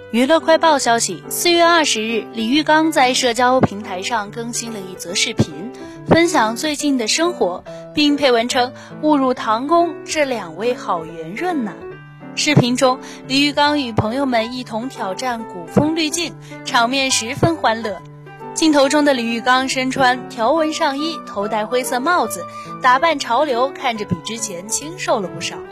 娱乐快报消息，4月20日，李玉刚在社交平台上更新了一则视频，分享最近的生活，并配文称误入唐宫，这2位好圆润呐。视频中，李玉刚与朋友们一同挑战古风滤镜，场面十分欢乐。镜头中的李玉刚身穿条纹上衣，头戴灰色帽子，打扮潮流，看着比之前清瘦了不少。